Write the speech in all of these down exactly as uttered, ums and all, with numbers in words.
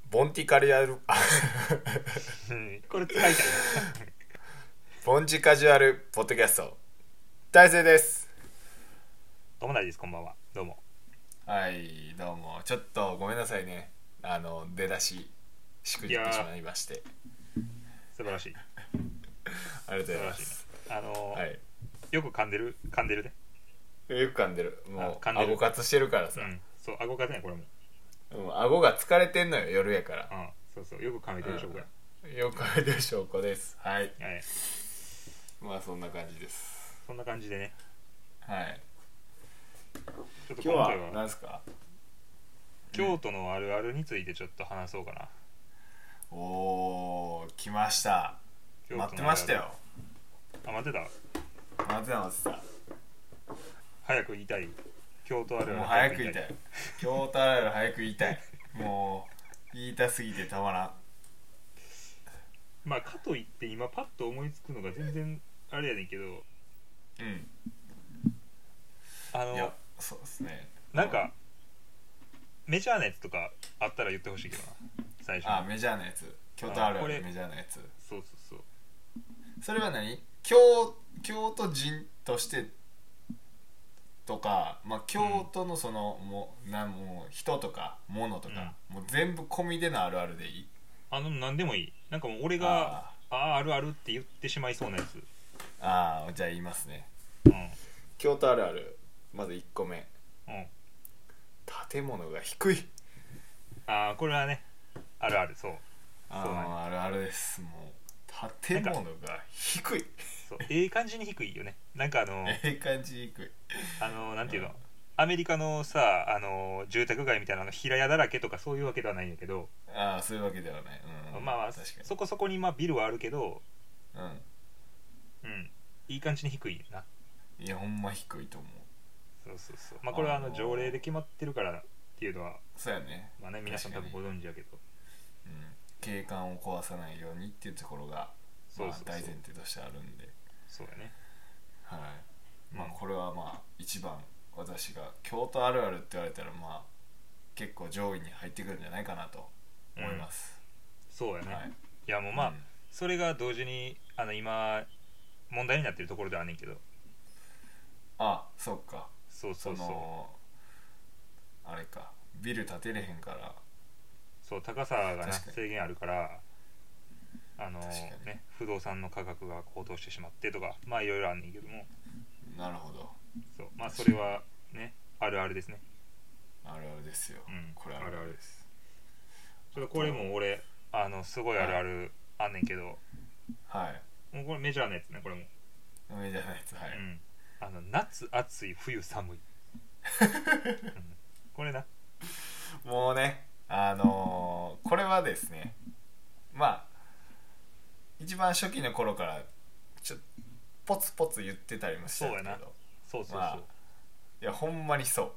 ボンティカジュアルうんこれ使いたいボンジカジュアルポッドキャスト大勢です。 どうもないです。こんばんは。どうも。 はいどうも、ちょっとごめんなさいね、あの出だししくじってしまいまして。 素晴らしい。 ありがとうござい素晴らしいね。 ますあのーはい、 よく噛んでる噛んでるね。 よく噛んでる。もうあ噛んでる顎活してるからさ、 うん。そう顎がねこれも。 もう顎が疲れてんのよ、夜やからうん。そうそうよく噛めてる証拠や。 うんよく噛めてる証拠です。はい、 はい。 まあそんな感じです。 そんな感じでね。 はい、 ちょっと今日は今回は何ですか？ 京都のあるあるについてちょっと話そうかな。 おー来ました。 京待って都のあるある。 ましたよ。 あ待ってた。 待ってた待ってた。 早く言いたい。京都あるあるもう早く言いたい。京都あるある早く言いたい。もう言いたすぎてたまらん。 まあかといって今パッと思いつくのが全然あれやねんけど、 うんあのいやそうですね。 なんかメジャーなやつとかあったら言ってほしいけどな、最初に。 あメジャーなやつ、京都あるああこれるメジャーなやつ。 そうそうそうそれは何？京京都人としてとか、まあ、京都のその、もうなんもう人とか物とか、もう全部込みでのあるあるでいい？ あの何でもいい。なんかもう俺がああああるあるって言ってしまいそうなやつ。うんああじゃあ言いますね。 う京都あるある、まずいっこめ、 ん建物が低い。 ああこれはねあるある。そうあそうなんや。 ああるあるです。もう建物が低い。 そうええ感じに低いよね。なんかあのええ感じ低い。 あのなんていうの、 うんアメリカのさあの住宅街みたいなの平屋だらけとかそういうわけではないんやけど、 ああそういうわけではない。うんまあまあ確かに。 そこそこにまあビルはあるけど、 うんうんいい感じに低いよな。 いやほんま低いと思う。 そうそうそうまあこれはあのあのー条例で決まってるからっていうのはそうやね。 まあね皆さん多分ご確かに、 存知やけど、 うん、景観を壊さないようにっていうところがそうそうそうまあ大前提としてあるんで、 そうやね。 はいまあうんこれはまあ一番私が京都あるあるって言われたらまあ結構上位に入ってくるんじゃないかなと思います。 そうやね、 はい、 いやもうまあ、 うん、 それが同時にあの今問題になってるところではあんねんけど、 あそうか。そそうそうそうのあれか、ビル建てれへんから。 そう高さがな確かに制限あるからあの確かにね不動産の価格が高騰してしまってとかまあいろいろあんねんけども、 なるほど。 そうまあそれはねあるあるですね。 あるあるですよ、 うんこれあるあるです。 ちょっとこれも俺あのすごいあるあるあんねんけど、 はいもうこれメジャーなやつねこれも。 上じゃないやつ。はい、 うんあの夏暑い冬寒い、うん、これな。 もうねあのーこれはですね、まあ一番初期の頃からちょポツポツ言ってたりもしたんですけど、 そうそうそう、 まあいやほんまにそう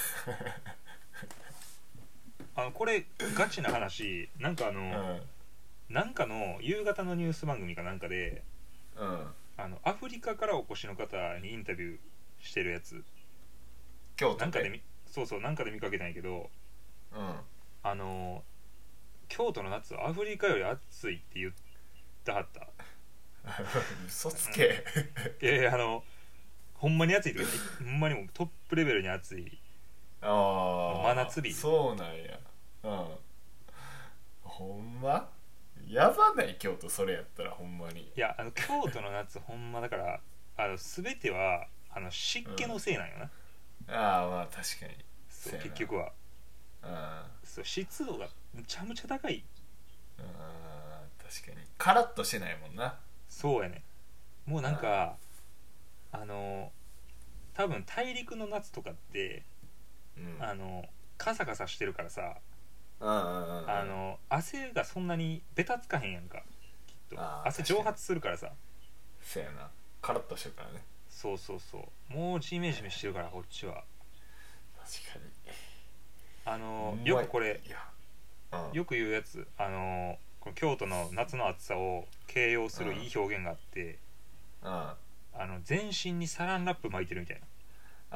あのこれガチな話なんかあの、 うんなんかの夕方のニュース番組かなんかでうんあのアフリカからお越しの方にインタビューしてるやつ京都でなんかでみそうそうなんかで見かけたんやけど、 うんあの京都の夏はアフリカより暑いって言ってはった。 嘘つけいやいやあのほんまに暑いとかほんまにもうトップレベルに暑いああ真夏日。 そうなんや。うんほんまやばない京都、それやったらほんまに。 いやあの京都の夏ほんまだからあの全てはあの湿気のせいなんよな、 ああまあ確かに。 そうせやな結局はうんそう湿度がむちゃむちゃ高い。 うん確かにカラッとしてないもんな。 そうやねもうなんかあの多分大陸の夏とかってうんあのカサカサしてるからさうんうんうんうんあの汗がそんなにベタつかへんやんかきっと。 あー汗蒸発するからさ。 せやな、カラッとしてるからね。 そうそうそうもうジメジメしてるからこっちは確かあのによくこれいやうんよく言うやつあのこの京都の夏の暑さを形容するいい表現があってうんああの全身にサランラップ巻いてるみたいな。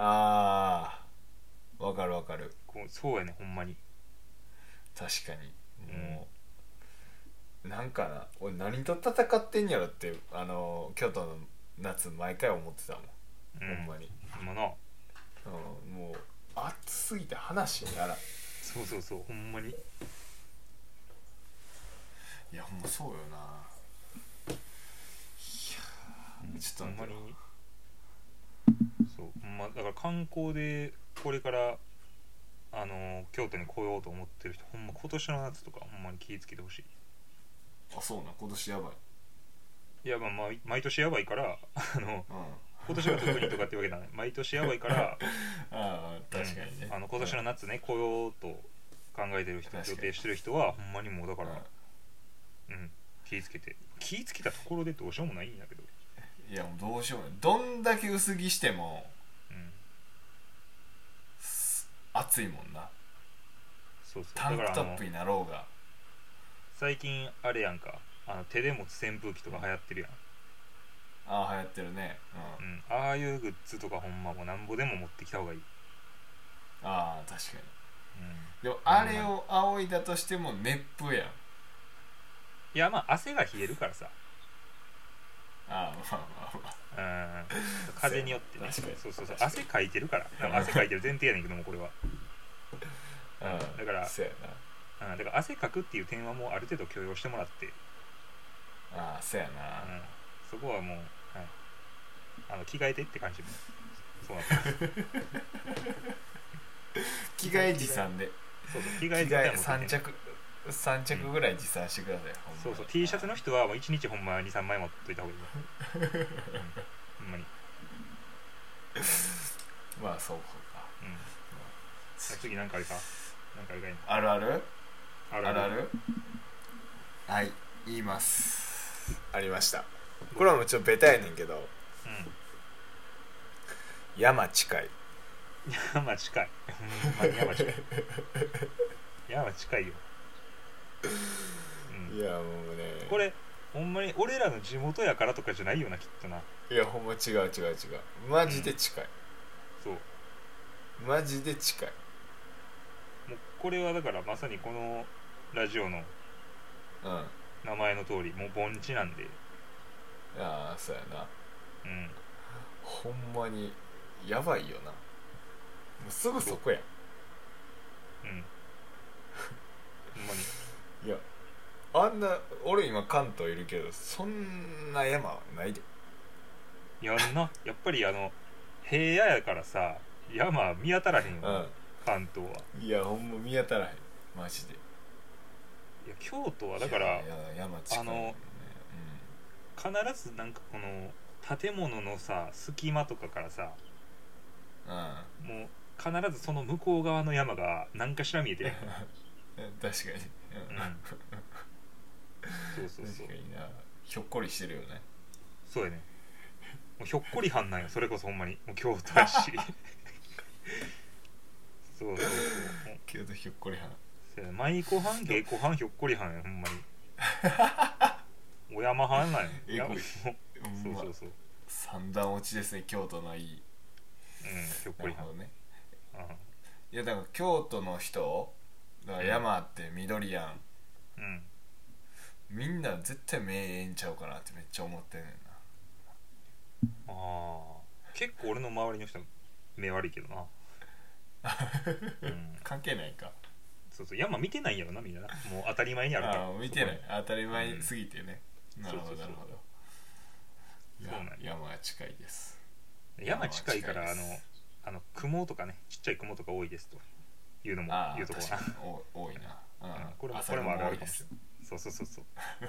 あーわかるわかる。 こうそうやねほんまに。 確かにもう、うん、なんかな俺何と戦ってんやろってあの京都の夏毎回思ってたもん、うん、ほんまにもな、 うん、もう暑すぎて話にならん。 そうそうそうほんまに。 いやほんまそうよな。いや、うん、ちょっとほんまにそうほんまだから観光でこれからあの京都に来ようと思ってる人ほんま今年の夏とかほんまに気ぃつけてほしい。 あそうな今年やばい。 いやまあ毎毎年やばいからあの、うん、今年が特にとかってわけだね毎年やばいからああ確かにね、 うん、あの今年の夏ね来ようと考えてる人予定してる人はほんまにもうだから、うん、気ぃつけて気ぃつけたところでどうしようもないんだけど。 いやもうどうしようもない。どんだけ薄着しても、うん、暑いもんな。 そうそうタンクトップになろうが。 最近あれやんかあの手で持つ扇風機とか流行ってるやん。 ああ流行ってるね、 うん、うん、ああいうグッズとかほんまもうなんぼでも持ってきた方がいい。 ああ確かに、うん、でもあれを仰いだとしても熱風やん。 いやまあ汗が冷えるからさ。 ああまあまあまあうん風によってね。そうそうそう汗かいてるから汗かいてる前提やねんけどもこれはうんだからそうやな、うん、だから汗かくっていう点はもうある程度許容してもらって。 ああそうやな、 うん、そこはもう、はい、あの着替えてって感じもそうなって着替え持参でそうそう着替え持参さん着さん着ぐらい持参してください、うん、 そうそう T シャツの人はもういちにちほんまにさんまい持っといた方がいい、うん、ほんまにまあそうか、うん、 次なんかあれかなんかあれかいあるあるあるあるあるあるはい言います。ありました。これはもうちょっとベタやねんけど、うん、山近い。 山近いほんまに山近い山近いよ、 うん、いやもうねこれほんまに俺らの地元やからとかじゃないよなきっとな。 いやほんま違う違う違うマジで近い、 うん、そうマジで近い。 もうこれはだからまさにこのラジオの名前の通りもう盆地なんで。 ああそうやな、 うんほんまにやばいよな。もうすぐそこやん。 うんほんまにいやあんな俺今関東いるけどそんな山はないで。 やんなやっぱりあの平野やからさ山見当たらへんよ、うん、関東は。 いやほんま見当たらへんマジで。 いや京都はだからいやいや山近い、ね、 あの、うん、必ずなんかこの建物のさ隙間とかからさ、うん、もう必ずその向こう側の山が何かしら見えてる確かに、うん、 そうそうそう確かになひょっこりしてるよね。 そうやねもうひょっこりはんなんよそれこそほんまにもう京都やしそうそうそう京都ひょっこりはん舞妓はん芸妓はんひょっこりはんやほんまにお山はんなんよえこれそうそうそう三段落ちですね京都のいい、うん、 ひょっこりはんね。いやだから京都の人だから山あって緑やん、うん、みんな絶対目ええんちゃうかなってめっちゃ思ってんねんな。 あ結構俺の周りの人目悪いけどな、 うん、関係ないか。 そうそう山見てないんやろなみんななもう当たり前にあるから。 あ見てない当たり前すぎてね、うん、なるほどなるほど。そうなん山が近いです。 山近いからあのあの雲とかねちっちゃい雲とか多いですというのも言うところな多いな、うん、 これもこれもあるあるかもしれない。そうそうそうそう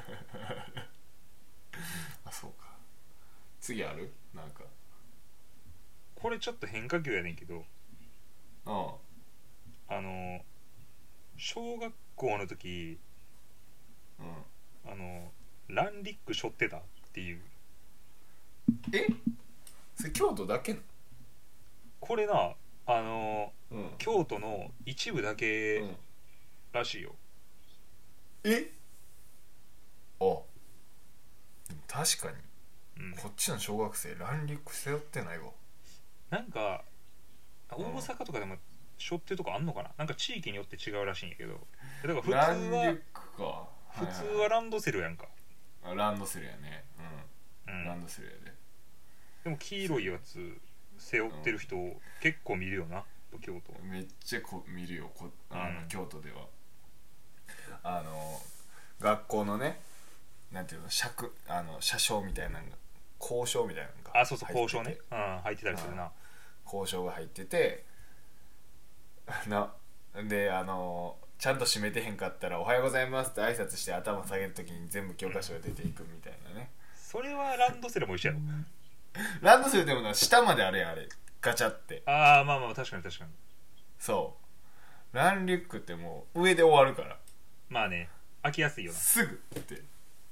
あそうか。次あるなんかこれちょっと変化球やねんけど、 あああの小学校の時、うん、あのランリック背負ってたっていう。 えそれ京都だけのこれなあの、うん、京都の一部だけらしいよ、 うん、えあ確かに、うん、こっちの小学生ランリック背負ってないわ。 なんか大阪とかでも背負ってるとこあんのかな。なんか地域によって違うらしいんやけど、だから普通ランリュはックか、 普通はランドセルやんか。 あランドセルやね、うん、 うん、 ランドセルやで。 でも黄色いやつ背負ってる人結構見るよな、京都。 めっちゃこ見るよこあの、 うん、 京都ではあの学校のね、なんていうの、尺あの車掌みたいなのが、校章みたいなのが、 あ、そうそう、校章ね、うん、入ってたりするな。 校章が入っててな、であのちゃんと閉めてへんかったらおはようございますって挨拶して頭下げるときに全部教科書が出ていくみたいなね。 それはランドセルも一緒やろ。 ランドセルでもな、下まであれやあれガチャって。 ああ、まあまあ確かに確かに。 そうランリュックってもう上で終わるから、 まあね、開きやすいよな。 すぐって。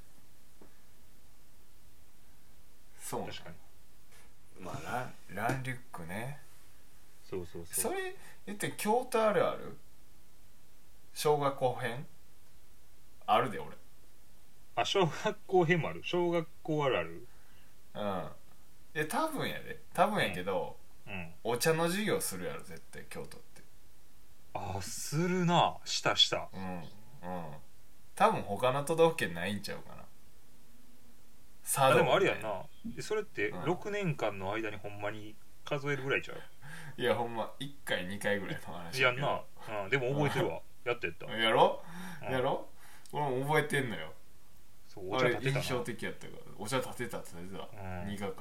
そう確かに。 まあラン、ランリュックね。 そうそうそう。 それ言って京都あるある小学校編あるで俺。 あ、小学校編もある。小学校あるある。 うん。いや多分やで多分やけど、 うん、うん、 お茶の授業するやろ絶対京都って。 あ、するな。したしたうんうん。多分他の都道府県ないんちゃうかな。 あ、でもあれやんな。それってうんろくねんかんの間にほんまに数えるぐらいちゃう。 いやほんまいっかいにかいぐらいの話やんな、うん、でも覚えてるわ。やってたやろ、 うん、 やろ俺も覚えてんのよ。 そう、お茶立てたな。 あれ印象的やったからお茶立てた立てた、 うん、 苦かった、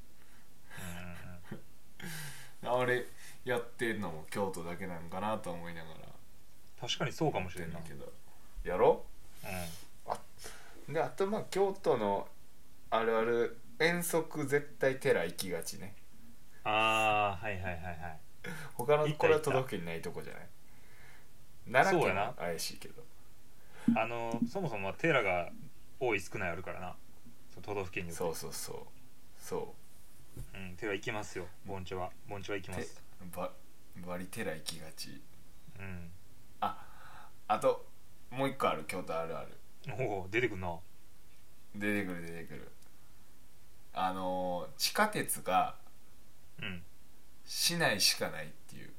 うんうん、 あれやってんのも京都だけなんかなと思いながら。 確かにそうかもしれんなけどやろ、 うん、 あであとまあ京都のあるある遠足絶対寺行きがちね。 ああ、はいはいはいはい。 他のこれは都道府県にないとこじゃない。奈良県は怪しいけど、 あのそもそも寺が多い少ないあるからな、その都道府県によって。 そうそうそうそう、うん、寺行きますよ。盆地は盆地は行きます。 ババリ寺行きがち。 うん、 ああともう一個ある京都あるある。 おお、出てくんな。 出てくる出てくる。あのー、地下鉄がうん市内しかないっていう。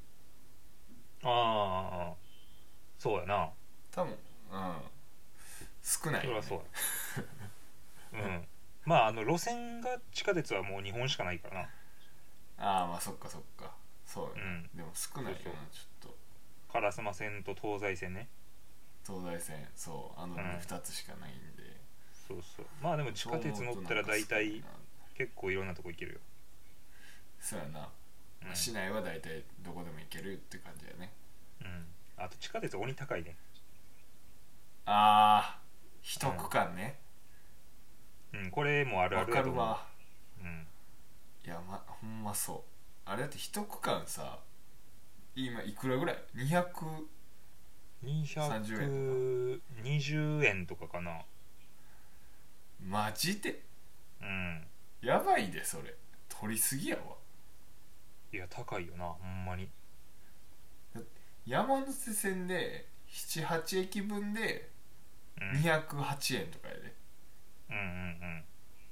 ああ、そうやな。 多分うん少ないよ、ね、 それはそうや。うんまああの路線が地下鉄はもうにほんしかないからな。 ああまあそっかそっかそうよ、ね、 うん、 でも少ないよな。 そうそう、 ちょっと烏丸線と東西線ね。 東西線そうあのふたつしかないんで、 うん、そうそう。まあでも地下鉄乗ったら大体結構いろんなとこ行けるよ。 そうやな、うん、市内は大体どこでも行けるって感じやね。 うん、あと地下鉄鬼高いね。 ああ一区間ね、 うん、うん、これもあるあるやと思う。わかるわ。うん、 いやまほんまそう。あれだって一区間さ今いくらぐらい にひゃくさんじゅうえんにじゅうえんとかかな。 マジでうん、 やばいでそれ取りすぎやわ。 いや高いよなほんまに。 山手線でななはちえきぶんでにひゃくはちえんとかやで、 うん、うんうんうん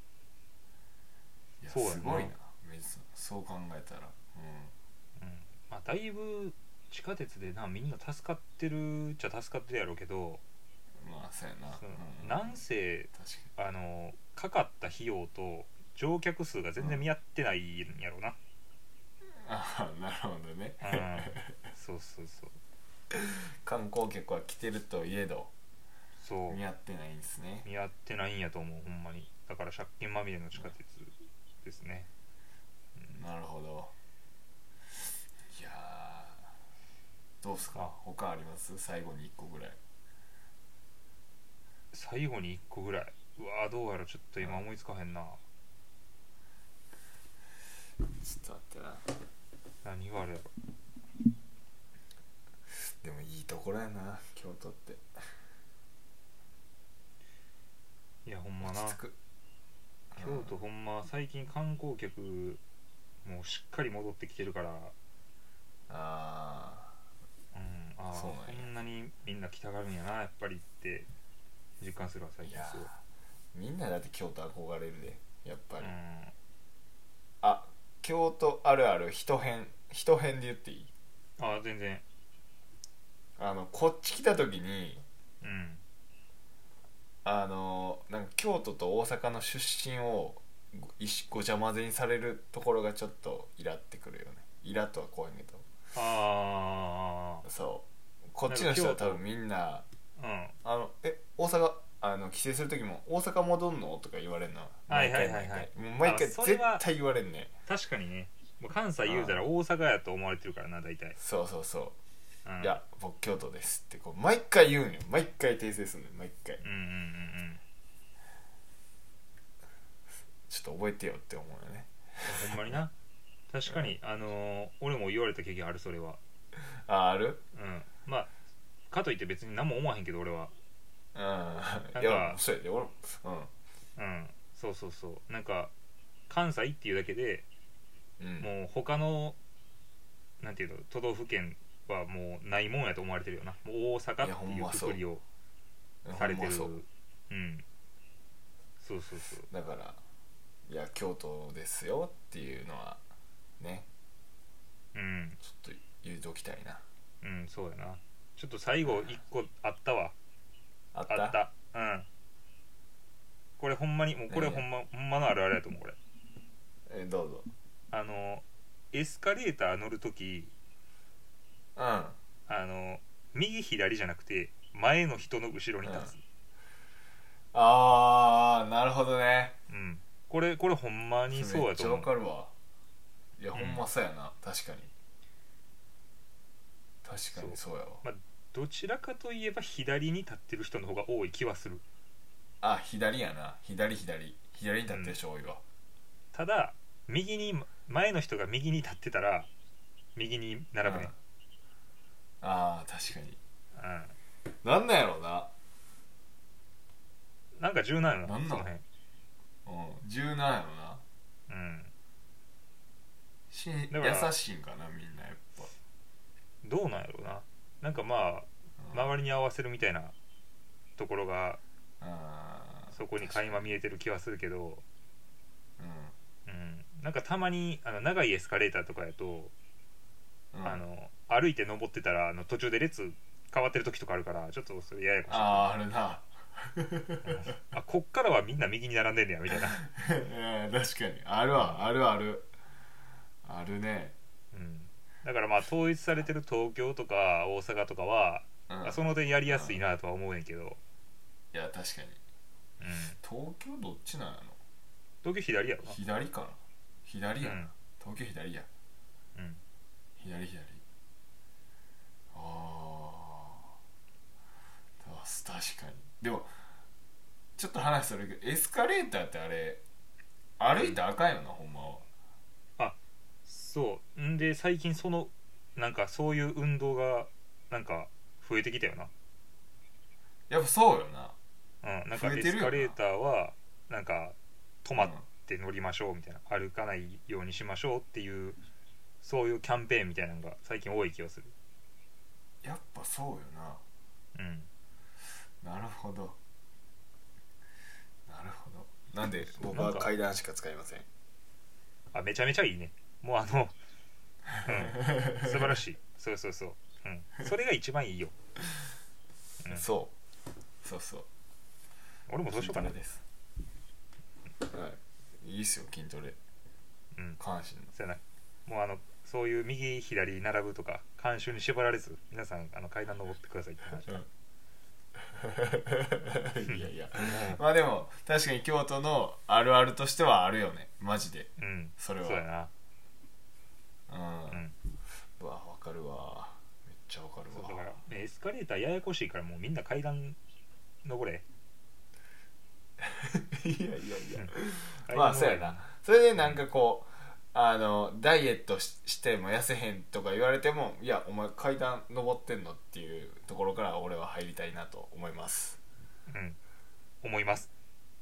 いやそうやなすごいなそう考えたら、 うんうん、まあだいぶ地下鉄でなみんな助かってるっちゃ助かってるやろうけど、 まあそうやな、 うん、なんせあのかかった費用と乗客数が全然見合ってないんやろうな、うん、 ああなるほどね、 うん、そうそうそう観光客は来てるといえどそう見合ってないんですね。 見合ってないんやと思うほんまに。だから借金まみれの地下鉄ですね、 うん、なるほど。いやどうすか他あります？最後にいっこぐらい。 最後にいっこぐらい。うわーどうやらちょっと今思いつかへんな。 ちょっと待ってな。 何があるやろ。 でもいいところやな京都って。 いやほんまな、 京都ほんま最近観光客もうしっかり戻ってきてるから、 あうん、ああこんなにみんな来たがるんやなやっぱりって実感するわ最近すごい。 みんなだって京都憧れるでやっぱり、 うん、 あ京都あるある一編一編で言っていい？ ああ全然。 あのこっち来た時にうんあのなんか京都と大阪の出身をいしごちゃ混ぜにされるところがちょっとイラってくるよね。イラとは怖いけど、 あそうこっちの人は多分みんなあうんあのえ大阪あの帰省する時も大阪戻んのとか言われるの。 はいはい毎回毎はいはい回もう毎回あそれは絶対言われんね。 確かにね。もう関西言うたら大阪やと思われてるからな大体。 そうそうそう、 うんいや僕京都ですってこう毎回言うんよ。毎回訂正するのよ毎回。 うんうんうんうんちょっと覚えてよって思うよね。 ほんまにな。確かにあのー俺も言われた経験あるそれは。 あある。 うんまあかといって別に何も思わへんけど俺は。 うんかいやそうやで俺もうんうんそうそうそうなんか関西っていうだけでうんもう他のなんていうの都道府県はもうないもんやと思われてるよな。もう大阪っていうくくりをされてる。 ほんまそううんそうそうそうだからいや京都ですよっていうのはねうんちょっと言うときたいな。 うんそうやな。ちょっと最後一個あったわ。 あったあったうんこれほんまにもうこれほんま、ほんまのあるあるやと思うこれ。 えどうぞ。 あのエスカレーター乗るときうんあの右左じゃなくて前の人の後ろに立つ。 あーなるほどね。 うん、これこれほんまにそうやと思う。 めっちゃわかるわ。いや、 うんほんまそうやな確かに確かにそうやわ。 まあ、どちらかといえば左に立ってる人の方が多い気はする。 あ左やな左左左に立ってる人多いわ、 ただ右に前の人が右に立ってたら右に並ぶね。 あー確かにうんなんなんやろうな。 なんか柔軟よななんなんその辺。 うん柔軟やろなうんしだから優しいんかなみんなやっぱ。 どうなんやろうな。なんかまあうん周りに合わせるみたいなところがあーそこに垣間見えてる気はするけど、 ううん、なんかたまにあの長いエスカレーターとかやと、 ん、うん、 あの歩いて登ってたらあの途中で列変わってる時とかあるからちょっとそれややこしい。 あーあるなあこっからはみんな右に並んでんねやみたいな、 うん確かにあるわあるあるあるね。 うん、だからまあ統一されてる東京とか大阪とかは、 うんその点やりやすいなとは思うねんけど、 いや確かにうん、 東京どっちなんやろ。 東京左やろな。 左かな左やな、 うん東京左やうん左左ああ確かに。でもちょっと話するけどエスカレーターってあれ歩いたらあかんよなほんまは。 あそうんで最近そのなんかそういう運動がなんか増えてきたよな。 やっぱそうよな。 うん、なんかエ増えてるよなスカレーターはなんか止まって乗りましょうみたいな、歩かないようにしましょうっていうそういうキャンペーンみたいなのが最近多い気がする。 やっぱそうようん、 な。なるほどなるほど。なんで僕はなんか階段しか使いません。 あめちゃめちゃいいね。もうあの、うん、素晴らしい。そうそうそう、うん、それが一番いいよ。うん、 そうそうそう俺もどうしようかな。 筋トレです。はいいいっすよ筋トレ。 うん下半身のそうやな。もうあのそういう右左並ぶとか慣習に縛られず皆さんあの階段登ってくださいって話。 いやいやまあでも確かに京都のあるあるとしてはあるよねマジで。 うんそれはそうやな。 うん、 うんうわわかるわめっちゃわかるわ。 そうだから、ね、エスカレーターややこしいからもうみんな階段登れ。 いやいやいや階段登れまあそうやな。それでなんかこうあのダイエット し, しても痩せへんとか言われてもいやお前階段登ってんのっていうところから俺は入りたいなと思います。 うん思います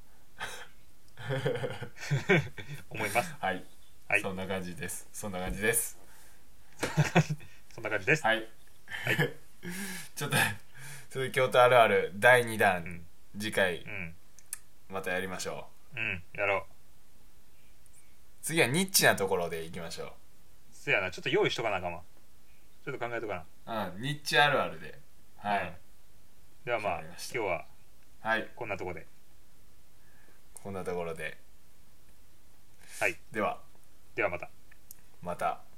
思いますはい、 はいそんな感じですそんな感じですそんな感じです。 はい、 はいちょっとそれ京都あるあるだいにだん、 うん次回うんまたやりましょう。 うんやろう。 次はニッチなところでいきましょう。 せやなちょっと用意しとかなあかんわ。 ちょっと考えとかな。うん、ニッチあるあるで。 な。 はい、 うん、ではまあわかりました。 今日ははいこんなとこで。 こんなところで。 はい。 ではではまた。 また。